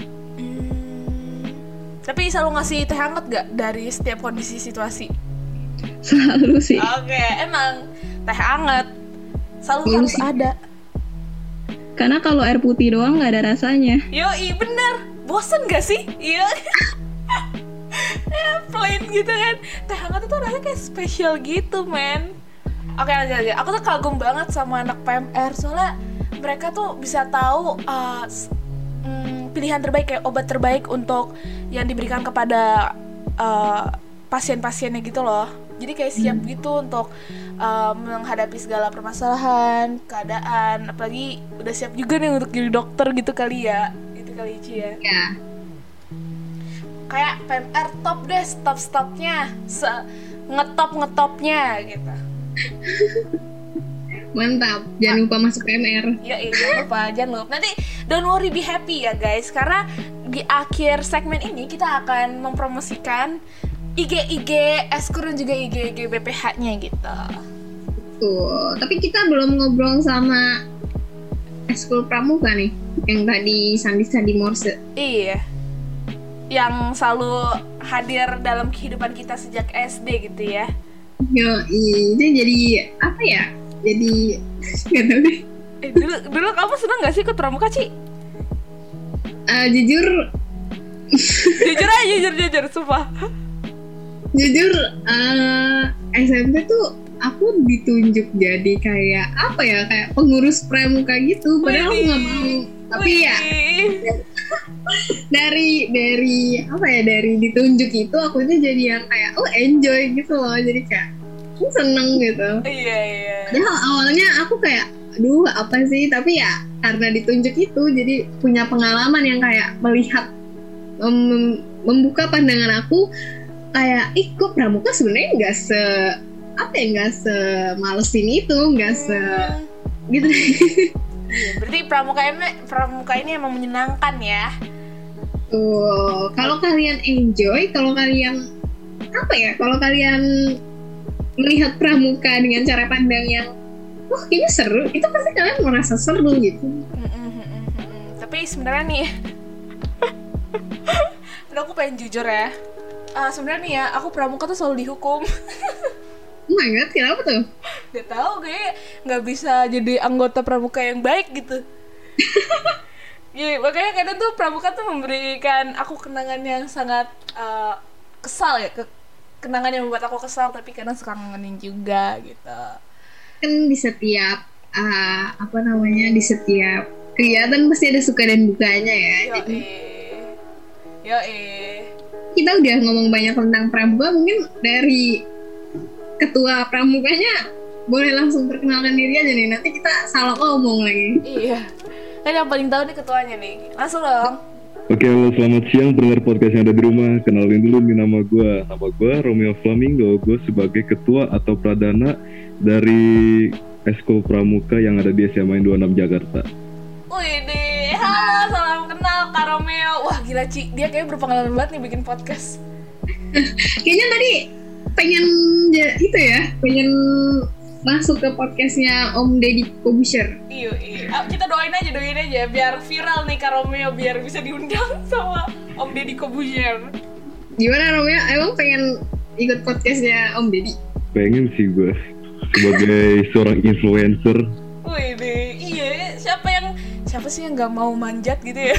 Tapi selalu ngasih teh hangat gak dari setiap kondisi situasi? Selalu sih. Oke, emang teh hangat selalu harus ada. Karena kalau air putih doang gak ada rasanya. Yoi, bener. Bosen gak sih? Iya. plain gitu kan. Teh hangat itu rasanya kayak spesial gitu, men. Oke, lanjut aja. Aku tuh kagum banget sama anak PMR soalnya mereka tuh bisa tahu pilihan terbaik, kayak obat terbaik untuk yang diberikan kepada pasien-pasiennya gitu loh. Jadi kayak siap gitu untuk menghadapi segala permasalahan, keadaan. Apalagi udah siap juga nih untuk jadi dokter gitu kali ya. Gitu kali Ci ya. Ya. Kayak PMR top deh, stop-stopnya, ngetopnya gitu. Mantap, jangan lupa masuk PMR. Ya jangan lupa. Nanti don't worry, be happy ya guys, karena di akhir segmen ini kita akan mempromosikan IG Eskur dan juga IG BPH-nya gitu. Tuh, tapi kita belum ngobrol sama Eskul Pramuka nih, yang tadi Sandi Morse. Iya, yang selalu hadir dalam kehidupan kita sejak SD gitu ya. Yo, itu jadi apa ya? Jadi nggak tahu deh. Dulu kamu seneng nggak sih ikut pramuka, Ci? Jujur jujur, sumpah. Jujur, SMP tuh aku ditunjuk jadi kayak apa ya, kayak pengurus pramuka gitu. Padahal aku nggak mau. Tapi ya dari apa ya, dari ditunjuk itu aku tuh jadi yang kayak enjoy gitu loh, jadi kayak aku seneng gitu. Iya. Padahal awalnya aku kayak aduh apa sih, tapi ya karena ditunjuk itu jadi punya pengalaman yang kayak melihat membuka pandangan aku kayak kok pramuka sebenarnya nggak semalesin itu, nggak gitu. Berarti pramuka ini emang menyenangkan ya. Tuh, kalau kalian enjoy, kalau kalian melihat pramuka dengan cara pandang yang kayaknya seru, itu pasti kalian merasa seru gitu. Tapi sebenarnya nih aku pengen jujur ya, sebenarnya nih ya, aku pramuka tuh selalu dihukum. Oh my god, kenapa tuh? Gak tau, kayak nggak bisa jadi anggota pramuka yang baik gitu. Ya, makanya kadang tuh pramuka tuh memberikan aku kenangan yang sangat kesal ya, kenangan yang membuat aku kesal, tapi kadang suka ngangenin juga gitu. Kan di setiap di setiap kegiatan pasti ada suka dan dukanya ya. Kita udah ngomong banyak tentang pramuka, mungkin dari ketua pramukanya boleh langsung perkenalkan diri aja nih, nanti kita salah ngomong lagi. Iya, kan yang paling tahu nih ketuanya nih, langsung dong. Oke, halo, selamat siang pendengar podcast yang ada di rumah. Kenalin dulu nih, nama gue Romeo Flamingo. Gue sebagai ketua atau pradana dari Eskul Pramuka yang ada di SMA 26 Jakarta. Wih deh, halo, salam kenal Kak Romeo. Wah gila Ci, dia kayaknya berpengalaman banget nih bikin podcast. Kayaknya tadi pengen masuk ke podcastnya Om Deddy Kobusher. Iya. Kita doain aja biar viral nih Kak Romeo, biar bisa diundang sama Om Deddy Kobusher. Gimana Romeo? Emang pengen ikut podcastnya Om Deddy? Pengen sih gue, sebagai seorang influencer. Wih deh, iya. Siapa sih yang nggak mau manjat gitu ya?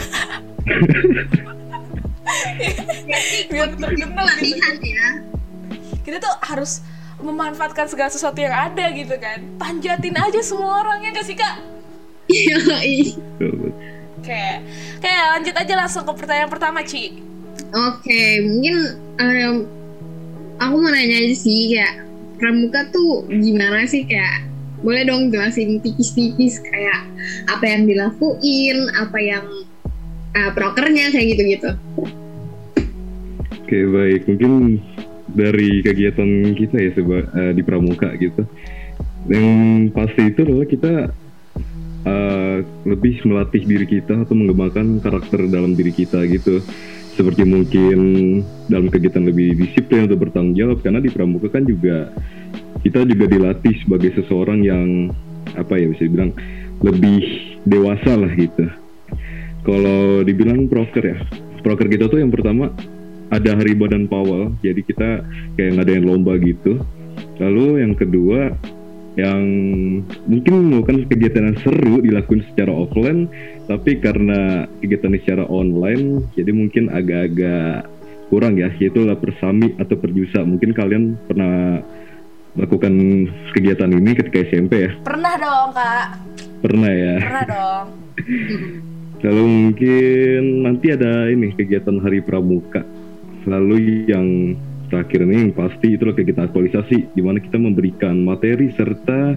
Biar terkenal gitu. Ya. Kita tuh harus memanfaatkan segala sesuatu yang ada gitu kan, panjatin aja semua orangnya, gak sih Kak? Iya. Oke, lanjut aja langsung ke pertanyaan pertama Ci. Oke, mungkin aku mau nanya aja sih, kayak pramuka tuh gimana sih, kayak boleh dong jelasin tipis-tipis kayak apa yang dilakuin, apa yang prokernya kayak gitu-gitu. Oke, baik, mungkin dari kegiatan kita ya di pramuka gitu, yang pasti itu adalah kita lebih melatih diri kita atau mengembangkan karakter dalam diri kita gitu, seperti mungkin dalam kegiatan lebih disiplin atau bertanggung jawab, karena di pramuka kan juga kita juga dilatih sebagai seseorang yang bisa dibilang lebih dewasa lah gitu. Kalau dibilang proker kita tuh yang pertama ada hari badan Pawal, jadi kita kayak ngadain lomba gitu. Lalu yang kedua, yang mungkin bukan kegiatan yang seru dilakukan secara offline, tapi karena kegiatan secara online, jadi mungkin agak-agak kurang ya, yaitu persami atau perjusa. Mungkin kalian pernah melakukan kegiatan ini ketika SMP ya? Pernah dong Kak. Pernah ya? Pernah dong. Lalu mungkin nanti ada ini kegiatan Hari Pramuka. Lalu yang terakhir ini yang pasti itulah kegiatan aktualisasi, di mana kita memberikan materi serta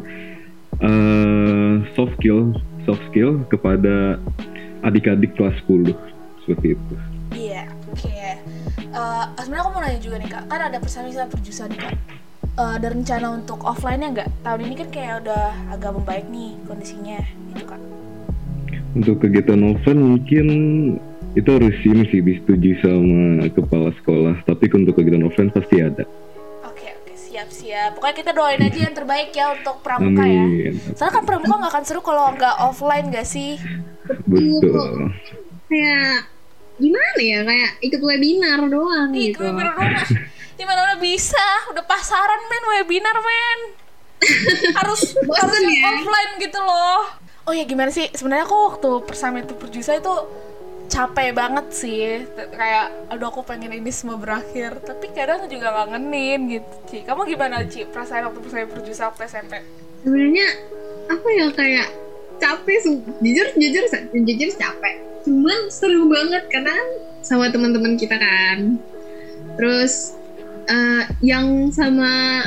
soft skill kepada adik-adik kelas 10 seperti itu. Iya, oke. Sebenarnya aku mau nanya juga nih Kak, kan ada persami sama perjusa nih Kak. Ada rencana untuk offline-nya nggak? Tahun ini kan kayak udah agak membaik nih kondisinya, gitu Kak. Untuk kegiatan offline mungkin itu harus ini sih disetujui sama kepala sekolah. Tapi untuk kegiatan offline pasti ada. Oke, siap. Pokoknya kita doain aja yang terbaik ya untuk pramuka ya. Soalnya kan pramuka nggak akan seru kalau nggak offline nggak sih? Betul. Kayak gimana ya, kayak ikut webinar doang Ih, gitu. webinar doang. Gimana udah bisa? Udah pasaran men, webinar men. harus yang ya? offline gitu loh. Oh ya gimana sih? Sebenarnya aku waktu persami itu perjusa itu capek banget sih. Kayak aduh aku pengen ini semua berakhir. Tapi kadang juga ngangenin gitu. Ci, kamu gimana Ci? Perasaan waktu persami perjusa waktu SMP? Sebenarnya apa ya, kayak capek, jujur capek. Cuman seru banget karena kan sama teman-teman kita kan. Terus yang sama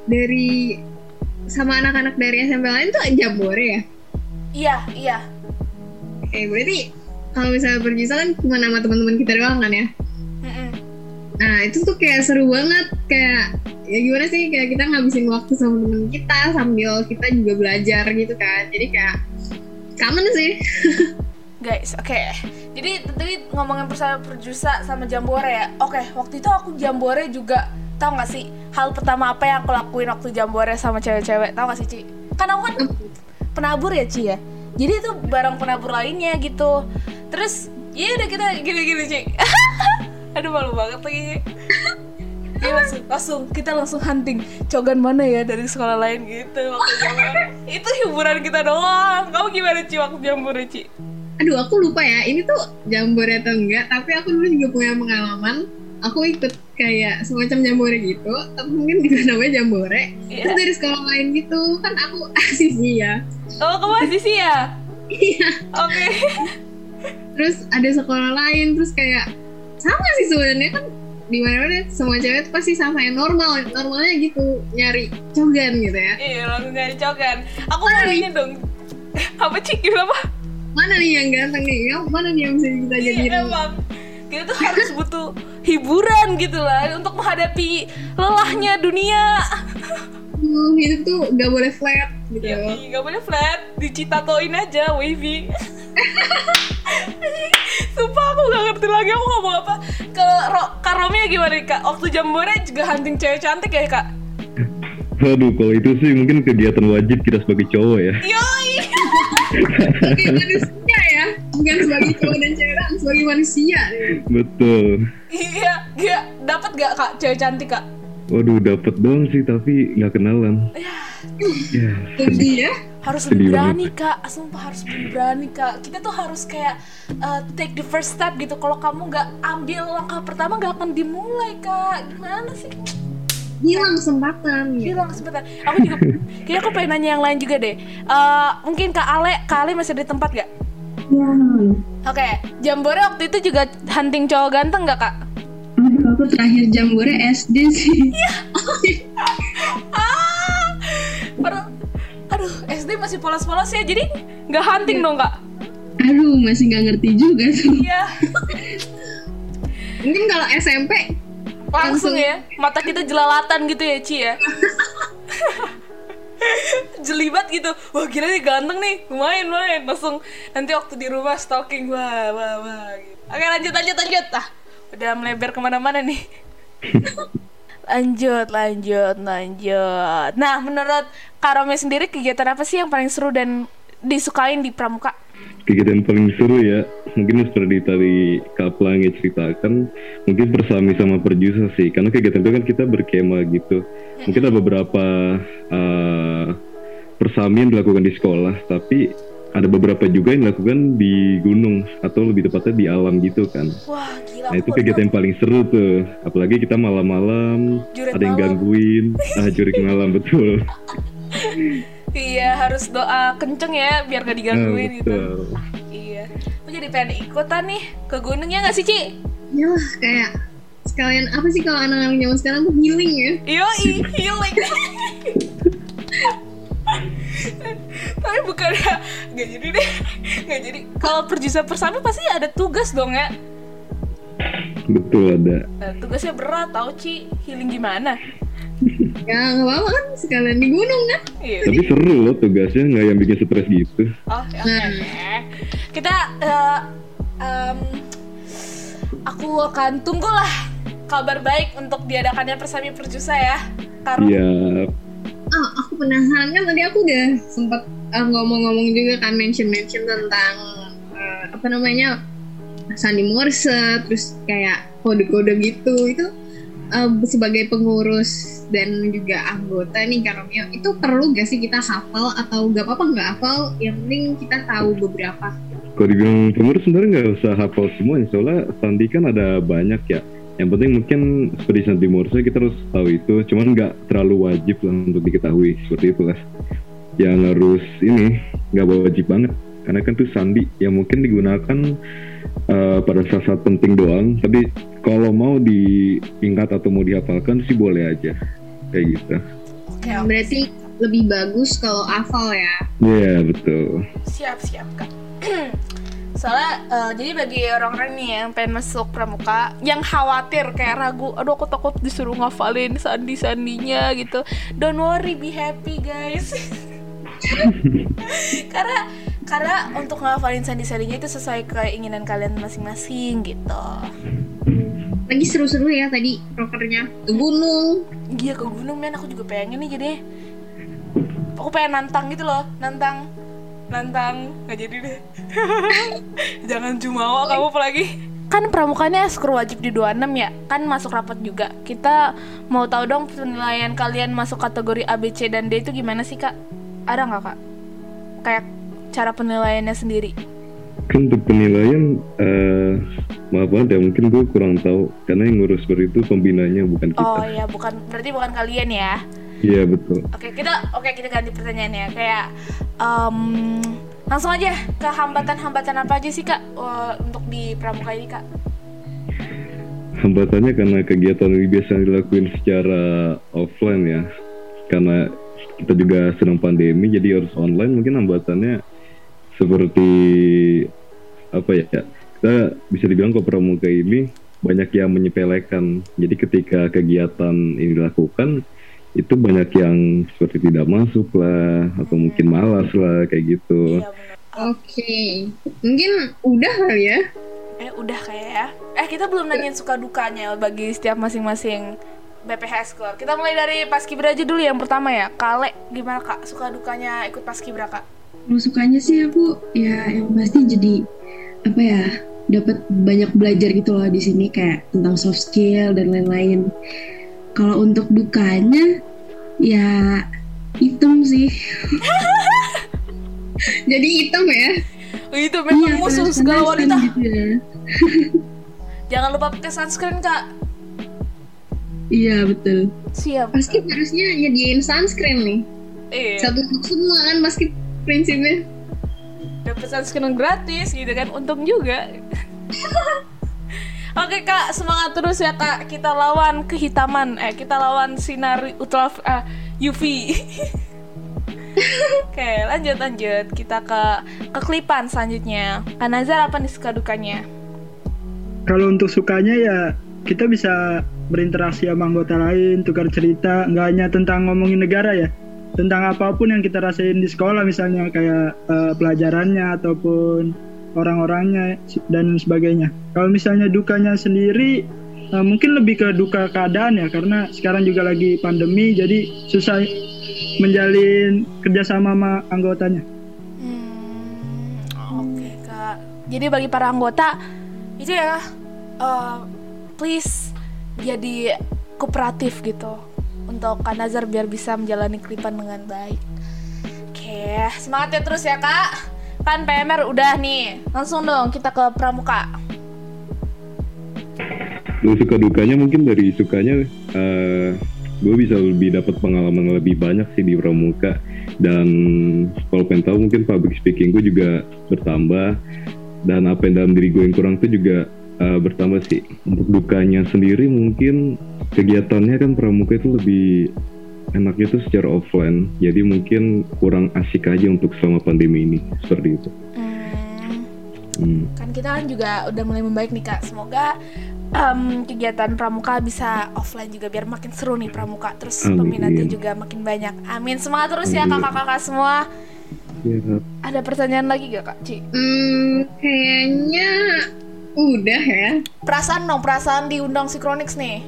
anak-anak dari SMP lain tuh jambore ya? Iya. Oke, berarti kalau misalnya perjusa kan cuma nama teman-teman kita doang kan ya? Nah itu tuh kayak seru banget, kayak ya gimana sih, kayak kita ngabisin waktu sama teman kita sambil kita juga belajar gitu kan. Jadi kayak kangen sih. Guys, oke. Jadi tadi ngomongin persami perjusa sama jambore ya. Oke, waktu itu aku jambore juga. Tahu nggak sih hal pertama apa yang aku lakuin waktu jambore sama cewek-cewek? Tahu nggak sih Ci? Kan aku kan penabur ya Ci ya. Jadi itu barang penabur lainnya gitu. Terus ya udah kita gini-gini Ci. Aduh malu banget lagi. Ya, kita langsung hunting cogan mana ya dari sekolah lain gitu waktu jambore. Itu hiburan kita doang. Kamu gimana Ci waktu jambore Ci? Aduh aku lupa ya, ini tuh jambore atau enggak, tapi aku dulu juga punya pengalaman. Aku ikut kayak semacam jambore gitu, tapi mungkin juga namanya jambore. Terus dari sekolah lain gitu, kan aku asisi ya. Oh kamu asisi ya? Iya. Oke. Terus ada sekolah lain, terus kayak sama sih sebenarnya kan, di mana-mana semua cewek tuh pasti sama yang normalnya gitu, nyari cogan gitu ya. Iya langsung nyari cogan. Aku mau nanya dong. Apa Ci? Kenapa? Mana nih yang ganteng nih? Mana nih yang bisa kita jadiin? Iya emang. Kita tuh harus butuh hiburan gitu lah untuk menghadapi lelahnya dunia. Itu tuh gak boleh flat gitu. Iya, gak boleh flat, dicitatoin aja wavy. Sumpah aku gak ngerti lagi aku ngomong apa. Kak Romi gimana Kak? Waktu jambore juga hunting cewek cantik ya Kak? Waduh, kalau itu sih mungkin kegiatan wajib kita sebagai cowok ya. Yoi. Sebagai manusia ya, bukan sebagai cowok dan cewek, sebagai manusia. Betul. Iya, dapat gak Kak cewek cantik Kak? Waduh, dapat dong sih tapi nggak kenalan. Ya. Sedih ya. Harus lebih berani Kak, sumpah harus lebih berani Kak. Kita tuh harus kayak take the first step gitu. Kalau kamu nggak ambil langkah pertama nggak akan dimulai Kak. Gimana sih? Hilang kesempatan. Aku juga kayaknya aku pengen nanya yang lain juga deh. Mungkin Kak Ale masih di tempat gak? Ya. Oke, jambore waktu itu juga hunting cowok ganteng gak Kak? Aduh, aku terakhir jambore SD sih. Aduh, SD masih polos-polos ya, jadi gak hunting dong Kak? Aduh, masih gak ngerti juga tuh. Iya. Mungkin kalau SMP langsung ya, mata kita jelalatan gitu ya Ci ya. Jelibat gitu, wah gila nih ganteng nih, lumayan langsung nanti waktu di rumah stalking, wah gitu. Oke lanjut udah melebar kemana-mana nih. lanjut. Nah menurut Kak Romi sendiri kegiatan apa sih yang paling seru dan disukain di pramuka? Kegiatan paling seru ya, mungkin seperti tadi Kak Pelangi ceritakan, mungkin persami sama perjusa sih, karena kegiatan itu kan kita berkemah gitu. Mungkin ada beberapa persami yang dilakukan di sekolah, tapi ada beberapa juga yang dilakukan di gunung atau lebih tepatnya di alam gitu kan. Wah gila. Nah itu kegiatan yang paling seru tuh, apalagi kita malam-malam Juret ada yang malam. gangguin, jurik malam betul. Iya harus doa kenceng ya biar gak digangguin gitu. Betul. Iya. Aku jadi pengen ikutan nih ke gunungnya nggak sih Ci? Ya lah, kayak sekalian apa sih kalau anak-anak zaman sekarang tuh healing ya. Yoi, healing. Tapi bukan nggak jadi deh, nggak jadi. Kalau perjusa persami pasti ada tugas dong ya. Betul ada. Nah, tugasnya berat tau Ci, healing gimana? Ya nggak apa-apa kan, sekalian di gunung kan. Iya. Tapi seru loh tugasnya, nggak yang bikin stres gitu. Oh, oke. Kita aku akan tunggulah kabar baik untuk diadakannya Persami Perjusa ya. Taruh. Iya. Oh, aku penasaran kan tadi aku udah sempat ngomong-ngomong juga kan mention tentang apa namanya Sandi Morse, terus kayak kode-kode gitu itu sebagai pengurus dan juga anggota nih Karomio itu perlu gak sih kita hafal atau gak apa-apa nggak hafal, yang penting kita tahu beberapa. Kalau dibilang pengurus sebenarnya nggak usah hafal semuanya, soalnya sandi kan ada banyak ya. Yang penting mungkin seperti Sandi Morse kita harus tahu itu, cuman nggak terlalu wajib lah untuk diketahui, seperti itu lah. Yang harus ini nggak wajib banget, karena kan tuh sandi yang mungkin digunakan pada saat-saat penting doang. Tapi kalau mau diingat atau mau dihafalkan sih boleh aja, kayak gitu. Oke, Berarti lebih bagus kalau hafal ya. Iya betul. siap Kak. Soalnya jadi bagi orang-orang nih yang pengen masuk pramuka, yang khawatir kayak ragu, aduh aku takut disuruh ngafalin sandi-sandinya gitu, don't worry, be happy guys. karena untuk ngafalin sandi-sandinya itu sesuai keinginan kalian masing-masing gitu. Lagi seru-seru ya tadi prokernya ke gunung. Iya ke gunung men, aku juga pengen nih jadi. Aku pengen nantang gitu loh, nantang nggak jadi deh. Jangan jumawa kamu apalagi. Kan pramukanya skor wajib di 26 ya, kan masuk rapat juga. Kita mau tahu dong penilaian kalian masuk kategori A, B, C, dan D itu gimana sih Kak? Ada nggak Kak? Kayak cara penilaiannya sendiri? Kan untuk penilaian maaf banget ya, mungkin gue kurang tahu karena yang ngurus seperti itu pembinanya bukan kita. Oh iya, berarti bukan kalian ya. Iya betul. Oke, kita ganti pertanyaannya. Kayak langsung aja ke hambatan-hambatan apa aja sih Kak untuk di pramuka ini Kak? Hambatannya karena kegiatan ini biasa dilakuin secara offline ya, karena kita juga sedang pandemi jadi harus online. Mungkin hambatannya seperti apa ya, kita bisa dibilang kalau pramuka ini banyak yang menyepelekan. Jadi ketika kegiatan ini dilakukan itu banyak yang seperti tidak masuk lah, atau mungkin malas lah kayak gitu. Iya benar. Oke, mungkin udah kali ya. Udah kayak ya. Kita belum nanyain suka dukanya bagi setiap masing-masing BPH Skor. Kita mulai dari Paskibra aja dulu yang pertama ya. Kale, gimana Kak? Suka dukanya ikut Paskibra Kak? Kalau sukanya sih aku ya yang pasti jadi apa ya, dapat banyak belajar gitu loh di sini kayak tentang soft skill dan lain-lain. Kalau untuk dukanya ya hitam sih. Jadi hitam ya. Itu memang musuh segala wanita. Gitu ya. Jangan lupa pakai sunscreen Kak. Iya betul. Siap. Pasti harusnya nyediain sunscreen nih. Satu untuk semua kan pasti prinsipnya. Dapat sunscreen gratis gitu kan, untung juga. Oke Kak, semangat terus ya Kak. Kita lawan kehitaman. Kita lawan sinar UV. Oke, lanjut. Kita ke klipan selanjutnya. Kak Nazar, apa nih suka dukanya? Kalau untuk sukanya ya kita bisa berinteraksi sama anggota lain, tukar cerita, nggak hanya tentang ngomongin negara ya, tentang apapun yang kita rasain di sekolah misalnya kayak pelajarannya ataupun orang-orangnya dan sebagainya. Kalau misalnya dukanya sendiri mungkin lebih ke duka keadaan ya, karena sekarang juga lagi pandemi jadi susah menjalin kerjasama sama anggotanya. Oke Kak. Jadi bagi para anggota itu ya please jadi kooperatif gitu untuk Kak Nazar biar bisa menjalani klipan dengan baik. Oke, semangat ya terus ya Kak. Kan PMR udah nih, langsung dong kita ke pramuka. Suka dukanya mungkin dari sukanya gue bisa lebih dapat pengalaman lebih banyak sih di pramuka, dan kalau pengen tahu mungkin public speaking gue juga bertambah, dan apa yang dalam diri gue yang kurang tuh juga bertambah sih. Untuk dukanya sendiri mungkin kegiatannya kan pramuka itu lebih enaknya tuh secara offline, jadi mungkin kurang asik aja untuk selama pandemi ini, seperti itu. Kan kita kan juga udah mulai membaik nih Kak, semoga kegiatan pramuka bisa offline juga biar makin seru nih pramuka, terus peminatnya juga makin banyak. Amin, semangat terus ya kakak-kakak semua. Ya. Ada pertanyaan lagi gak Kak Ci? Kayaknya udah ya. Perasaan diundang Synchronix nih.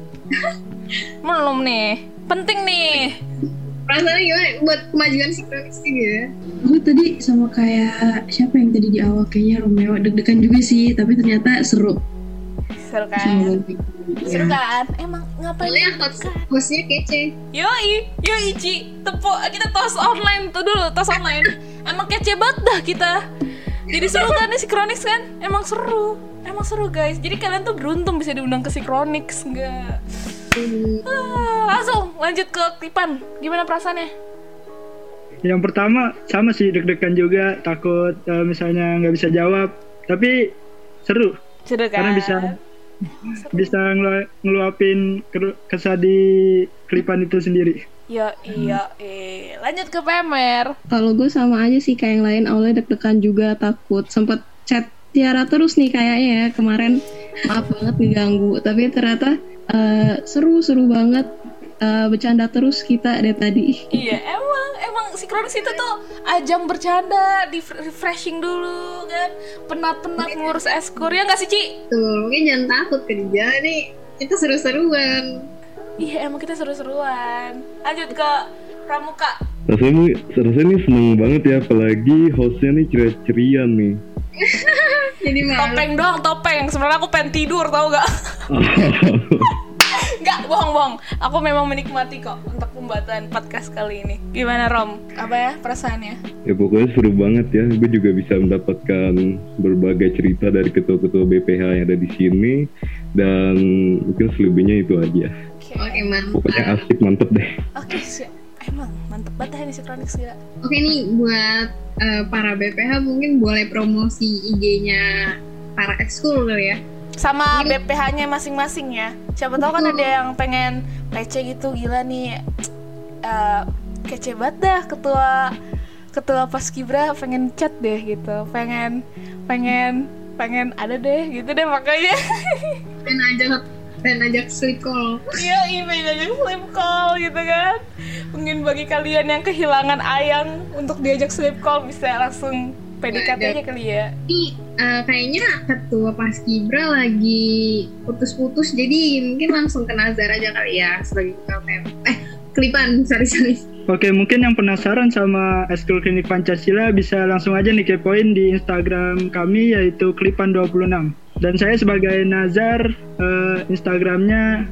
Belum nih, penting nih. Perasaannya gimana buat kemajuan Synchronix gitu ya? Aku tadi sama kayak siapa yang tadi di awal, kayaknya Romeo, deg-degan juga sih, tapi ternyata seru. Seru kan? Seru kan? Emang ngapain? Soalnya hostnya kece. Yoi Ci, tepuk kita tos online tuh dulu, tos online. Emang kece banget dah kita. Jadi seru kan nih Synchronix kan? Emang seru guys. Jadi kalian tuh beruntung bisa diundang ke Synchronix, enggak? Langsung lanjut ke Klipan. Gimana perasaannya? Yang pertama sama sih, deg-degan juga, takut misalnya nggak bisa jawab, tapi seru Seru kan? karena bisa ngeluapin kesah di Klipan itu sendiri. Iya. Lanjut ke PMR. Kalau gue sama aja sih kayak yang lain, awalnya deg-degan juga, takut, sempet chat Tiara terus nih kayaknya ya kemarin, maaf banget ngeganggu, tapi ternyata seru banget, bercanda terus kita dari tadi. Iya, emang Synchronix itu tuh ajang bercanda, di refreshing dulu kan, penat ngurus eskur, ya nggak sih Ci? Tuh, mungkin jangan takut kerja nih, kita seru-seruan. Iya, emang kita seru-seruan. Lanjut ke pramuka. Rasanya nih seneng banget ya, apalagi hostnya nih ceria-cerian nih. Jadi malu. Topeng. Sebenarnya aku pengen tidur, tau gak? Enggak, bohong. Aku memang menikmati kok untuk pembuatan podcast kali ini. Gimana Rom? Apa ya perasaannya? Ya pokoknya seru banget ya. Gue juga bisa mendapatkan berbagai cerita dari ketua-ketua BPH yang ada di sini, dan mungkin selebihnya itu aja. Oke, mantap. Pokoknya asik, mantep deh. Oke, siap. Emang mantep banget ini Synchronix gila. Oke nih, buat para BPH mungkin boleh promosi IG-nya para ekskul kali ya. Sama BPH-nya masing-masing ya. Siapa tahu kan ada yang pengen PC gitu, gila nih. Kece banget dah ketua Paskibra pengen chat deh gitu. Pengen ada deh gitu deh makanya. Dan ajak sleep call. Iya, pengen ajak sleep call gitu kan. Mungkin bagi kalian yang kehilangan Ayang untuk diajak sleep call bisa langsung PDKT aja kali ya. Ini kayaknya ketua Paskibra lagi putus-putus, jadi mungkin langsung ke Nazar aja kali ya sebagai ketua PM. Klipan, sorry. Oke, mungkin yang penasaran sama Eskul Klinik Pancasila bisa langsung aja nih kepoin di Instagram kami, yaitu Klipan26. Dan saya sebagai Nazar, Instagramnya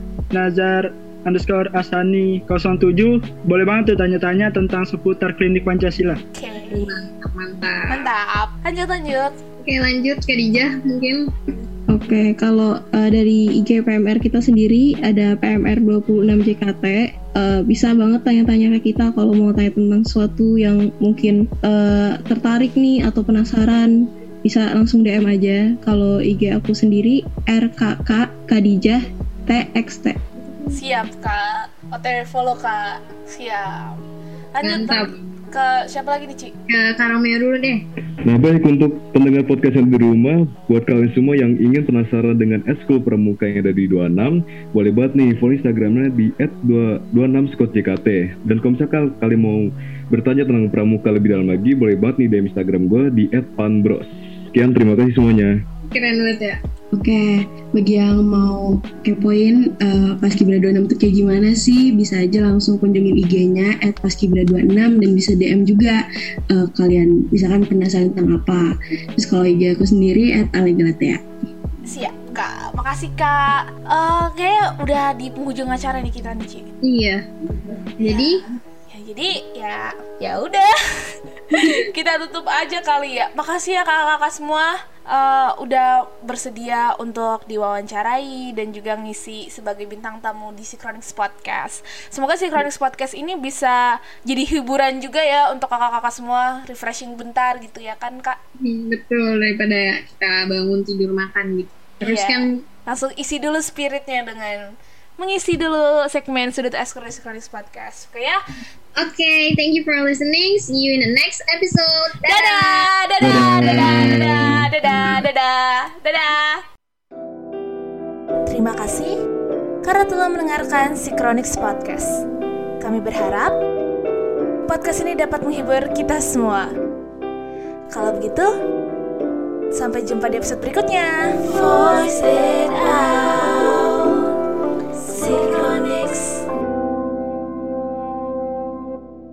Nazar_Asani07. Boleh banget tuh tanya-tanya tentang seputar Klinik Pancasila. Oke. Mantap. Lanjut. Oke, lanjut ke Dijah mungkin. Oke, kalau dari IG PMR kita sendiri ada PMR 26 JKT, bisa banget tanya-tanya ke kita kalau mau tanya tentang sesuatu yang mungkin tertarik nih atau penasaran, bisa langsung DM aja. Kalau IG aku sendiri RKK Khadijah TXT. Siap Kak, OTW follow Kak. Siap. Lanjut ke siapa lagi nih Ci? Ke Karomeo dulu deh. Nah baik, untuk pendengar podcast yang di rumah, buat kalian semua yang ingin penasaran dengan Eskul Pramuka yang ada di 26, boleh banget nih follow Instagramnya di @26scotjkt. Dan kalau misalkan kalian mau bertanya tentang Pramuka lebih dalam lagi, boleh banget nih DM Instagram gue di @panbros. Sekian, terima kasih semuanya. Keren banget ya. Oke, bagi yang mau kepoin Paskibra 26 itu kayak gimana sih, bisa aja langsung kunjungin IG-nya @paskibra26 dan bisa DM juga kalian misalkan penasaran tentang apa. Terus kalau IG aku sendiri @alegalatea. Siap Kak, makasih Kak. Kayaknya udah di penghujung acara nih kita nih Ci. Iya. Jadi ya udah. Kita kita tutup aja kali ya. Makasih ya kakak-kakak semua udah bersedia untuk diwawancarai dan juga ngisi sebagai bintang tamu di Synchronics Podcast. Semoga Synchronics Podcast ini bisa jadi hiburan juga ya untuk kakak-kakak semua, refreshing bentar gitu ya kan Kak? Betul, daripada kita bangun tidur makan gitu. Terus Iya. kan Langsung isi dulu spiritnya dengan mengisi dulu segmen Sudut Eskur Synchronics Podcast. Oke ya? Okay, thank you for listening. See you in the next episode. Dadah, dadah, dadah, dadah, dadah, dadah, dadah. Terima kasih karena telah mendengarkan Synchronics Podcast. Kami berharap podcast ini dapat menghibur kita semua. Kalau begitu, sampai jumpa di episode berikutnya. Voice it